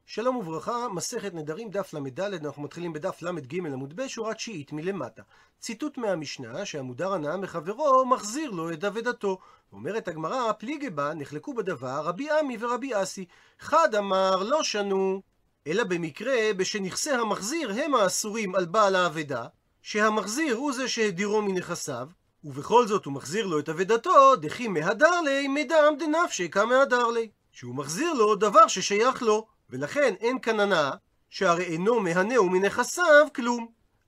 שלום וברכה, מסכת נדרים דף ל"ד, אנחנו מתחילים בדף ל"ג עמוד ב', שורה 9 מלמטה. ציטוט מהמשנה שהמודר הנאה מחברו מחזיר לו את אבדתו. אומרת הגמרא, פליגי בה נחלקו בדבר רבי עמי ורבי אסי. חד אמר לא שנו, אלא במקרה בשנכסי המחזיר הם האסורים על בעל האבדה, שהמחזיר הוא זה שהדירו מנכסיו, ובכל זאת הוא מחזיר לו את אבדתו, דכי מהדר לי מדעם דנפשי כמהדר לי, שהוא מחזיר לו דבר ששייך לו, ולכן אין כאן הנאה, שהרי אינו מהנהו מנכסיו כלום.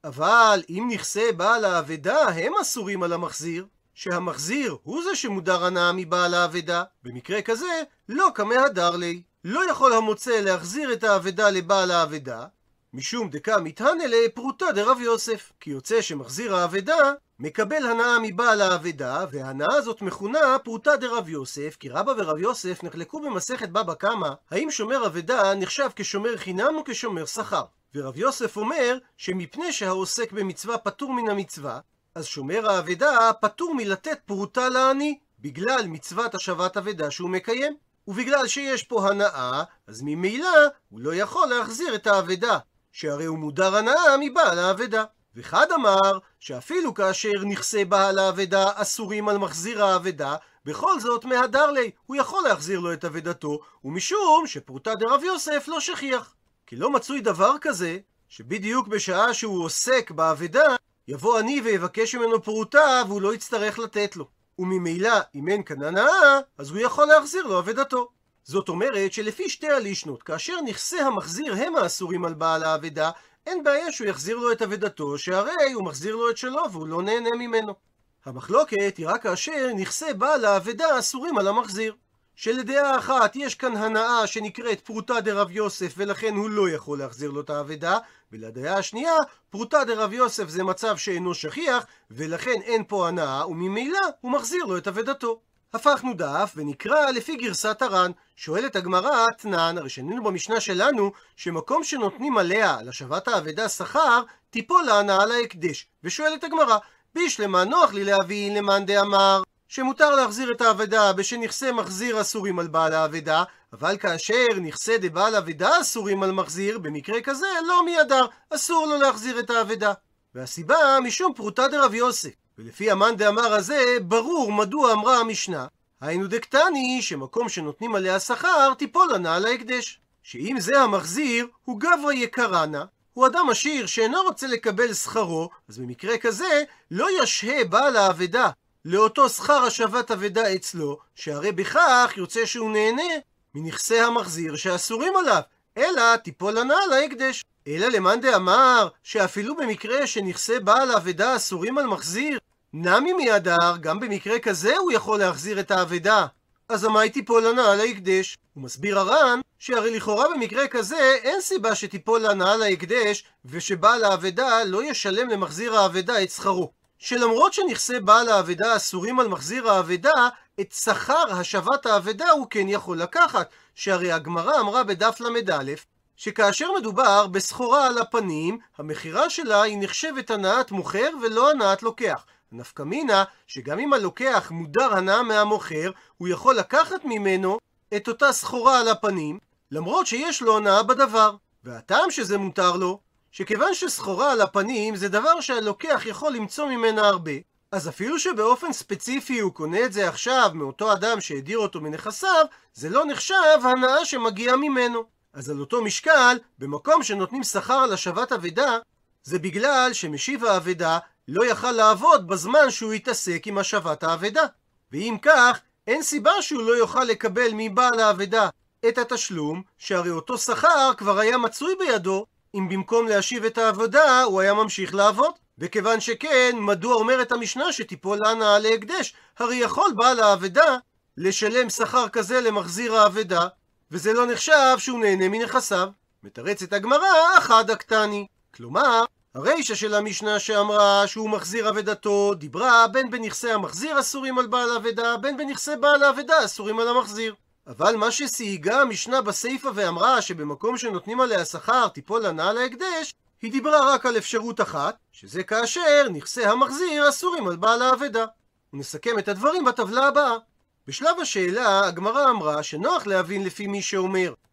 אבל אם נכסי בעל האבדה הם אסורים על המחזיר, שהמחזיר הוא זה שמודר הנאה מבעל האבדה, במקרה כזה לא כמהדר לי, לא יכול המוצא להחזיר את האבדה לבעל האבדה, משום דקה מתהנה לפרוטה דרב יוסף, כי יוצא שמחזיר האבדה מקבל הנאה מבעל האבדה, וההנאה הזאת מכונה פרוטה דרב יוסף, כי רבא ורב יוסף נחלקו במסכת בבא קמא האם שומר אבדה נחשב כשומר חינם או כשומר שכר. ורב יוסף אומר שמפני שהעוסק במצווה פטור מן המצווה, אז שומר האבדה פטור מלתת פרוטה לעני בגלל מצוות השבת אבדה שהוא מקיים, ובגלל שיש פה הנאה אז ממילא הוא לא יכול להחזיר את האבדה, שהרי הוא מודר הנאה מבעל האבדה. וחד אמר שאפילו כאשר נכסי בעל האבדה אסורים על מחזיר האבדה, בכל זאת מהדר לי, הוא יכול להחזיר לו את אבדתו, ומשום שפרוטה דרב יוסף לא שכיח. כי לא מצוי דבר כזה שבדיוק בשעה שהוא עוסק באבדה יבוא עני ויבקש ממנו פרוטה והוא לא יצטרך לתת לו, וממילא אם אין כאן הנאה אז הוא יכול להחזיר לו אבדתו. זאת אומרת שלפי שתי הלישנות, כאשר נכסי המחזיר הם האסורים על בעל האבדה, אין בעיה שהוא יחזיר לו את אבדתו, שהרי הוא מחזיר לו את שלו והוא לא נהנה ממנו. המחלוקת היא רק כאשר נכסי בעל האבדה אסורים על המחזיר, שלדעה אחת יש כאן הנאה שנקראת פרוטה דרב יוסף ולכן הוא לא יכול להחזיר לו את האבדה, ולדעה השנייה פרוטה דרב יוסף זה מצב שאינו שכיח ולכן אין פה הנאה וממילא הוא מחזיר לו את אבדתו. הפכנו דף ונקרא לפי גרסת הר"ן. שואלת הגמרא תנן, הרי שנינו במשנה שלנו שמקום שנותנים עליה להשבת האבדה שכר תיפול ההנאה להקדש, ושואלת הגמרא בישלמה נוח לי להבין למאן דאמר שמותר להחזיר את האבדה בשנכסי מחזיר אסורים על בעל האבדה, אבל כאשר נכסי דבעל אבדה אסורים על מחזיר, במקרה כזה לא מיהדר, אסור לו להחזיר את האבדה. והסיבה משום פרוטה דרב יוסף. ולפי המאן דאמר הזה ברור מדוע אמרה המשנה, היינו דקטני שמקום שנותנים עליה שכר תיפול הנאה להקדש, שאם זה המחזיר הוא גברא יקרנה, הוא אדם עשיר שאינו רוצה לקבל שכרו, אז במקרה כזה לא ישהה בעל האבדה לאותו שכר השבת אבדה אצלו, שהרי בכך יוצא שהוא נהנה מנכסי המחזיר שאסורים עליו, אלא תיפול הנאה להקדש. אלא למאן דאמר שאפילו במקרה שנכסי בעל האבדה אסורים על מחזיר נמי מיהדר, גם במקרה כזה הוא יכול להחזיר את האבדה, אז המאי תיפול הנאה להקדש? הוא מסביר הר"ן שהרי לכאורה במקרה כזה אין סיבה שתיפול הנאה להקדש ושבעל האבדה לא ישלם למחזיר האבדה את שכרו, שלמרות שנכסי בעל האבדה אסורים על מחזיר האבדה, את שכר השבת האבדה הוא כן יכול לקחת, שהרי הגמרא אמרה בדף ל"א שכאשר מדובר בסחורה על הפנים, המחירה שלה היא נחשבת הנאת מוכר ולא הנאת לוקח. נפקא מינה שגם אם הלוקח מודר הנאה מהמוכר, הוא יכול לקחת ממנו את אותה סחורה על הפנים, למרות שיש לו הנאה בדבר. והטעם שזה מותר לו, שכיוון שסחורה על הפנים זה דבר שהלוקח יכול למצוא ממנה הרבה, אז אפילו שבאופן ספציפי הוא קונה את זה עכשיו מאותו אדם שהדיר אותו מנכסיו, זה לא נחשב הנאה שמגיעה ממנו. אז על אותו משקל, במקום שנותנים שכר על השבת אבדה, זה בגלל שמשיב האבדה לא יכל לעבוד בזמן שהוא יתעסק עם השבת האבדה. ואם כך, אין סיבה שהוא לא יוכל לקבל מבעל האבדה את התשלום, שהרי אותו שכר כבר היה מצוי בידו, אם במקום להשיב את העבודה הוא היה ממשיך לעבוד. וכיוון שכן, מדוע אומרת המשנה שתיפול הנאה להקדש? הרי יכול בעל האבדה לשלם שכר כזה למחזיר האבדה, וזה לא נחשב שהוא נהנה מנכסיו. מתרצת הגמרא אחד הקטני, כלומר הרישא של המשנה שאמרה שהוא מחזיר אבדתו דיברה בין בנכסי המחזיר אסורים על בעל האבדה, בין בנכסי בעל האבדה אסורים על המחזיר. אבל מה שסייגה המשנה בסיפא ואמרה שבמקום שנותנים עליה שכר תיפול הנאה להקדש, היא דיברה רק על אפשרות אחת, שזה כאשר נכסי המחזיר אסורים על בעל האבדה. ונסכם את הדברים בטבלה הבאה. בשלב השאלה הגמרא אמרה שנוח להבין לפי מי שאומר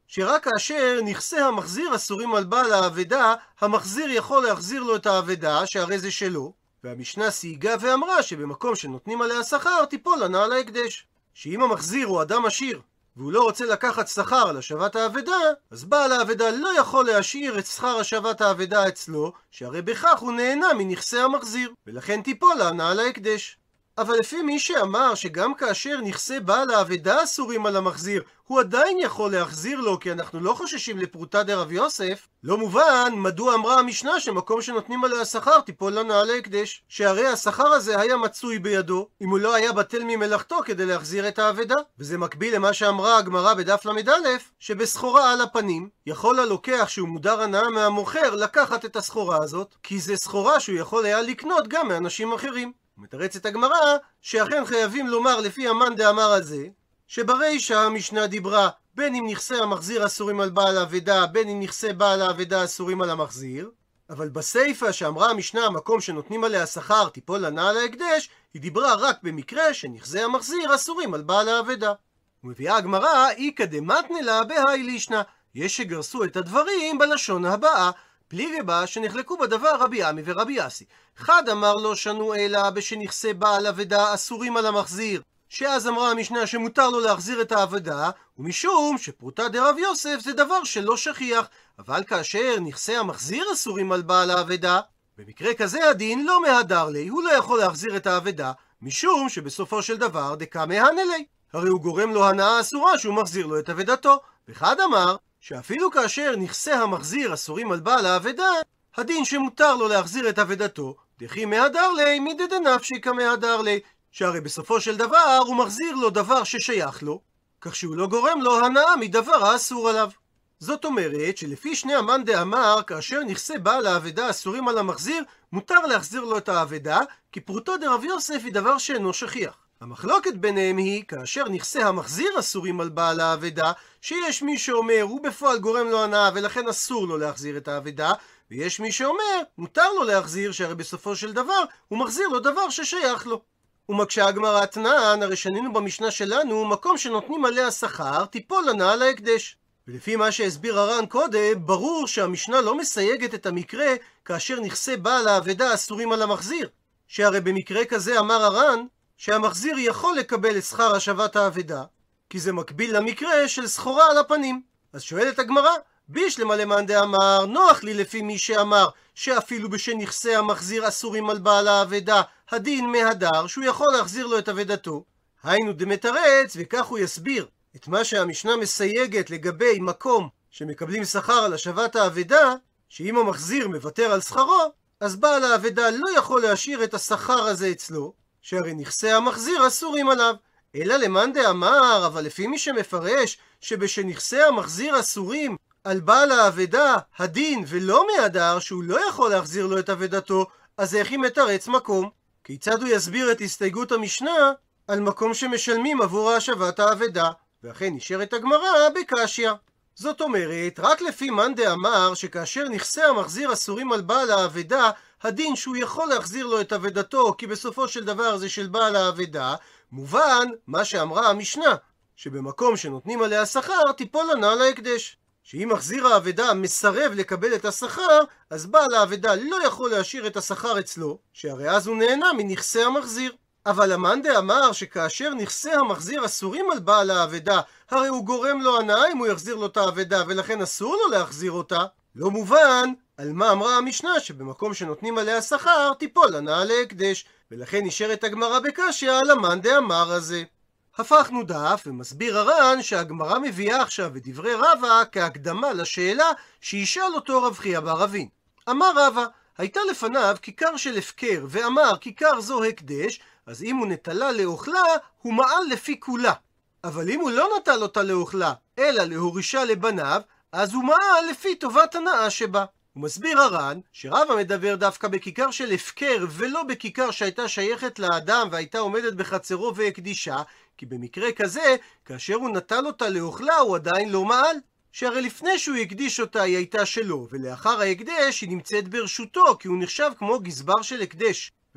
שרק כאשר נכסי המחזיר אסורים על בעל האבדה, המחזיר יכול להחזיר לו את האבדה, שהרי זה שלו. והמשנה סייגה ואמרה שבמקום שנותנים עליה שכר, תיפול הנאה על ההקדש. שאם המחזיר הוא אדם עשיר, והוא לא רוצה לקחת שכר להשבת האבדה, אז בעל האבדה לא יכול להשאיר את שכר השבת האבדה אצלו, שהרי בכך הוא נהנה מנכסי המחזיר, ולכן תיפול הנאה על ההקדש. אבל לפי מי שאמר שגם כאשר נכסי בעל האבדה אסורים על המחזיר, הוא עדיין יכול להחזיר לו, כי אנחנו לא חוששים לפרוטה דרב יוסף, לא מובן מדוע אמרה המשנה שמקום שנותנים עליה שכר תיפול הנאה על ההקדש, שהרי השכר הזה היה מצוי בידו, אם הוא לא היה בטל ממלאכתו כדי להחזיר את האבדה. וזה מקביל למה שאמרה הגמרא בדף ל"א, שבסחורה על הפנים יכול הלוקח שהוא מודר הנאה מהמוכר לקחת את הסחורה הזאת, כי זה סחורה שהוא יכול היה לקנות גם מאנשים אחרים. מתרצת הגמרא שאכן חייבים לומר לפי המאן דאמר על זה, שברישא המשנה דיברה בין אם נכסי המחזיר אסורים על בעל האבדה, בין אם נכסי בעל האבדה אסורים על המחזיר, אבל בסיפא שאמרה המשנה המקום שנותנים עליה שכר תיפול הנאה על ההקדש, היא דיברה רק במקרה שנכסי המחזיר אסורים על בעל האבדה. ומביאה הגמרא איכא דמתנא לה בהאי לישנא, יש שגרסו את הדברים בלשון הבאה, פליגי בה שנחלקו בדבר רבי עמי ורבי אסי. אחד אמר לו שנו אלא בשנכסי בעל אבדה אסורים על המחזיר, שאז אמרה המשנה שמותר לו להחזיר את האבדה, ומשום שפרוטה דרב יוסף זה דבר שלא שכיח, אבל כאשר נכסי המחזיר אסורים על בעל האבדה, במקרה כזה הדין לא מהדר לי, הוא לא יכול להחזיר את האבדה, משום שבסופו של דבר דקה מהנה לי, הרי הוא גורם לו הנאה אסורה שהוא מחזיר לו את אבדתו. ואחד אמר שאפילו כאשר נכסי המחזיר אסורים על בעל האבדה, הדין שמותר לו להחזיר את אבדתו, דכי מהדר לי מדדנפשי כמהדר לי, שהרי בסופו של דבר הוא מחזיר לו דבר ששייך לו, כך שהוא לא גורם לו הנאה מדבר האסור עליו. זאת אומרת שלפי שני המאן דאמר, כאשר נכסי בעל האבדה אסורים על המחזיר, מותר להחזיר לו את האבדה, כי פרוטו דרב יוסף היא דבר שאינו שכיח. המחלוקת ביניהם היא כאשר נכסי המחזיר אסורים על בעל האבדה, שיש מי שאומר הוא בפועל גורם לו הנאה ולכן אסור לו להחזיר את האבדה, ויש מי שאומר מותר לו להחזיר, שהרי בסופו של דבר הוא מחזיר לו דבר ששייך לו. ומקשה הגמרא תנן, הרי שנינו במשנה שלנו, מקום שנותנים עליה שכר תיפול הנאה על ההקדש. ולפי מה שהסביר הר"ן קודם, ברור שהמשנה לא מסייגת את המקרה כאשר נכסי בעל האבדה אסורים על המחזיר, שהרי במקרה כזה אמר הר"ן שהמחזיר יכול לקבל את שכר השבת האבדה, כי זה מקביל למקרה של סחורה על הפנים. אז שואלת הגמרא, בישלמה למאן דאמר, נוח לי לפי מי שאמר שאפילו בשנכסי המחזיר אסורים על בעל האבדה, הדין מהדר שהוא יכול להחזיר לו את אבדתו. היינו דמתרץ, וכך הוא יסביר את מה שהמשנה מסייגת לגבי מקום שמקבלים שכר על השבת האבדה, שאם המחזיר מוותר על שכרו, אז בעל האבדה לא יכול להשאיר את השכר הזה אצלו, שהרי נכסי המחזיר אסורים עליו. אלא למאן דאמר, אבל לפי מי שמפרש שבשנכסי המחזיר אסורים על בעל האבדה הדין ולא מהדר שהוא לא יכול להחזיר לו את אבדתו, אז איך היא מתרץ מקום? כיצד הוא יסביר את הסתייגות המשנה על מקום שמשלמים עבור השבת האבדה? ואכן נשארת הגמרא בקשיא. זאת אומרת, רק לפי מאן דאמר שכאשר נכסי המחזיר אסורים על בעל האבדה, הדין שהוא יכול להחזיר לו את אבדתו, כי בסופו של דבר זה של בעל האבדה, מובן מה שאמרה המשנה, שבמקום שנותנים עליה שכר תיפול הנאה על ההקדש. שאם מחזיר האבדה מסרב לקבל את השכר, אז בעל האבדה לא יכול להשאיר את השכר אצלו, שהרי אז הוא נהנה מנכסי המחזיר. אבל המאן דאמר שכאשר נכסי המחזיר אסורים על בעל האבדה, הרי הוא גורם לו הנאה אם הוא יחזיר לו את האבדה, ולכן אסור לו להחזיר אותה. לא מובן על מה אמרה המשנה שבמקום שנותנים עליה שכר תיפול הנאה להקדש, ולכן נשארת הגמרא בקשיא על המאן דאמר הזה. הפכנו דף ומסביר הר"ן שהגמרא מביאה עכשיו את דברי רבא כהקדמה לשאלה שישאל אותו רב חייא בר אבין. אמר רבא, הייתה לפניו כיכר של הפקר, ואמר כיכר זו הקדש, אז אם הוא נטלה לאוכלה, הוא מעל לפי כולה. אבל אם הוא לא נטל אותה לאוכלה, אלא להורישה לבניו, אז הוא מעל לפי טובת הנאה שבה. הוא מסביר הר"ן שרבא מדבר דווקא בכיכר של הפקר, ולא בכיכר שהייתה שייכת לאדם והייתה עומדת בחצרו והקדישה, כי במקרה כזה, כאשר הוא נטל אותה לאוכלה, הוא עדיין לא מעל. שהרי לפני שהוא הקדיש אותה היא הייתה שלו, ולאחר ההקדש היא נמצאת ברשותו, כי הוא נחשב כמו גזבר של הקדש.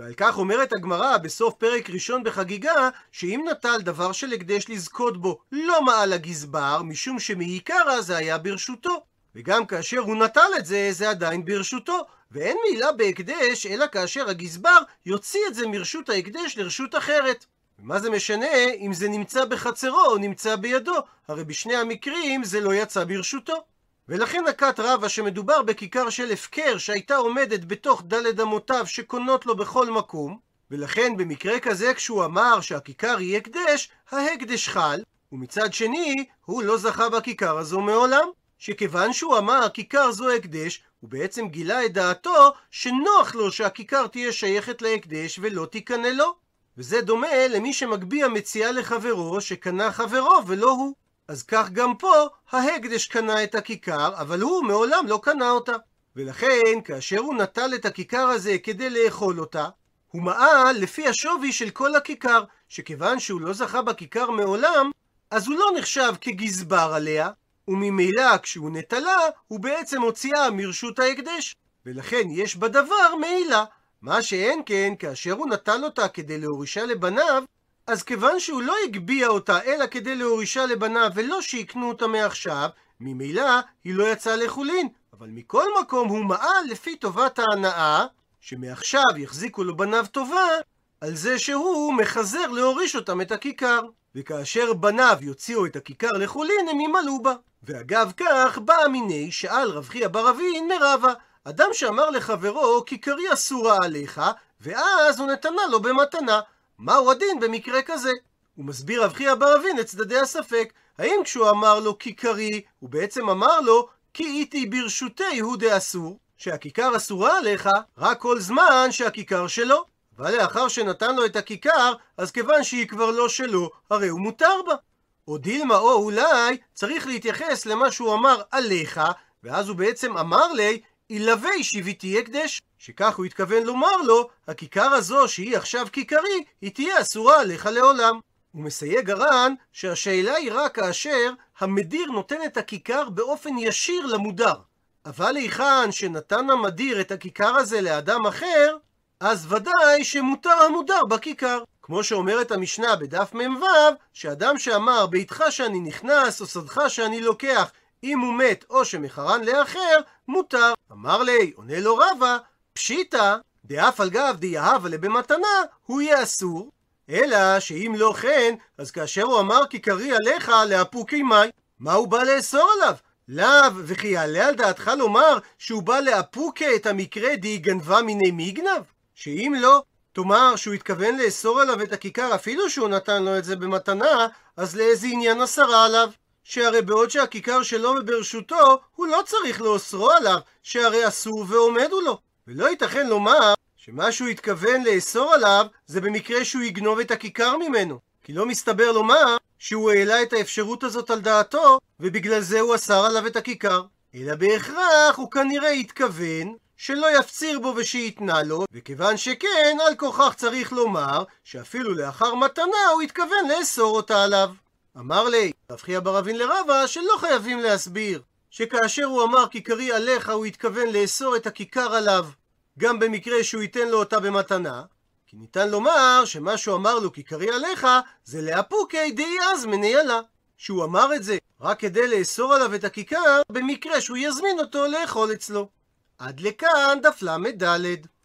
ועל כך אומרת הגמרא בסוף פרק ראשון בחגיגה, שאם נטל דבר של הקדש לזכות בו לא מעל הגזבר, משום שמעיקרא זה היה ברשותו. וגם כאשר הוא נטל את זה, זה עדיין ברשותו. ואין מעילה בהקדש, אלא כאשר הגזבר יוציא את זה מרשות ההקדש לרשות אחרת. ומה זה משנה אם זה נמצא בחצרו או נמצא בידו? הרי בשני המקרים זה לא יצא ברשותו. ולכן נקט רבא שמדובר בכיכר של הפקר שהייתה עומדת בתוך דלת אמותיו שקונות לו בכל מקום, ולכן במקרה כזה כשהוא אמר שהכיכר היא הקדש, ההקדש חל, ומצד שני הוא לא זכה בכיכר הזו מעולם, שכיוון שהוא אמר כיכר זו הקדש, הוא בעצם גילה את דעתו שנוח לו שהכיכר תהיה שייכת להקדש ולא תיקנה לו. וזה דומה למי שמגביה מציאה לחברו שקנה חברו ולא הוא. אז כך גם פה ההקדש קנה את הכיכר, אבל הוא מעולם לא קנה אותה. ולכן כאשר הוא נטל את הכיכר הזה כדי לאכול אותה, הוא מעל לפי השווי של כל הכיכר, שכיוון שהוא לא זכה בכיכר מעולם, אז הוא לא נחשב כגזבר עליה, וממילא כשהוא נטלה הוא בעצם הוציאה מרשות ההקדש, ולכן יש בדבר מעילה. מה שאין כן כאשר הוא נטל אותה כדי להורישה לבניו, אז כיוון שהוא לא הגביה אותה אלא כדי להורישה לבניו ולא שיקנו אותה מעכשיו, ממילא היא לא יצאה לחולין. אבל מכל מקום הוא מעל לפי טובת ההנאה, שמעכשיו יחזיקו לו בניו טובה, על זה שהוא מחזר להוריש אותם את הכיכר. וכאשר בניו יוציאו את הכיכר לחולין הם ימלאו בה. ואגב כך בא מיני שאל רב חייא בר אבין מרבא, אדם שאמר לחברו כיכרי אסורה עליך, ואז הוא נתנה לו במתנה, מהו הדין במקרה כזה? הוא מסביר רב חייא בר אבין את צדדי הספק. האם כשהוא אמר לו כיכרי, הוא בעצם אמר לו כי איתי ברשותי הוא דאסור, שהכיכר אסורה עליך רק כל זמן שהכיכר שלו, אבל לאחר שנתן לו את הכיכר, אז כיוון שהיא כבר לא שלו, הרי הוא מותר בה. או דילמה או אולי צריך להתייחס למה שהוא אמר עליך, ואז הוא בעצם אמר לי אילווי שיביתי הקדש, שכך הוא התכוון לומר לו, הכיכר הזו שהיא עכשיו כיכרי, היא תהיה אסורה עליך לעולם. הוא מסייג הר"ן שהשאלה היא רק כאשר המדיר נותן את הכיכר באופן ישיר למודר. אבל היכן שנתן המדיר את הכיכר הזה לאדם אחר, אז ודאי שמותר המודר בכיכר. כמו שאומרת המשנה בדף מ"ו, שאדם שאמר ביתך שאני נכנס או שדך שאני לוקח, אם הוא מת או שמחרן לאחר, מותר. אמר לי, עונה לו רבא, פשיטא, דאף על גב דיהבה לבמתנה, הוא יהיה אסור. אלא שאם לא כן, אז כאשר הוא אמר כיכרי עליך לאפוקי מי, מה הוא בא לאסור עליו? לאו, וכי יעלה על דעתך לומר שהוא בא לאפוקה את המקרה די גנבה מיני מיגנב? שאם לא, תאמר שהוא התכוון לאסור עליו את הכיכר אפילו שהוא נתן לו את זה במתנה, אז לאיזה עניין אסרה עליו? שהרי בעוד שהכיכר שלו וברשותו, הוא לא צריך לאוסרו עליו, שהרי אסור ועומד הוא לו. ולא ייתכן לומר שמה שהוא התכוון לאסור עליו זה במקרה שהוא יגנוב את הכיכר ממנו. כי לא מסתבר לומר שהוא העלה את האפשרות הזאת על דעתו, ובגלל זה הוא אסר עליו את הכיכר. אלא בהכרח הוא כנראה התכוון שלא יפציר בו ושיתנה לו, וכיוון שכן, על כוכך צריך לומר שאפילו לאחר מתנה הוא התכוון לאסור אותה עליו. אמר לי, רב חייא בר אבין לרבא שלא חייבים להסביר, שכאשר הוא אמר כיכרי עליך הוא התכוון לאסור את הכיכר עליו, גם במקרה שהוא ייתן לו אותה במתנה, כי ניתן לומר שמה שהוא אמר לו כיכרי עליך זה לאפוקי די אז מניילה, שהוא אמר את זה רק כדי לאסור עליו את הכיכר במקרה שהוא יזמין אותו לאכול אצלו. עד לכאן דף ל"ד.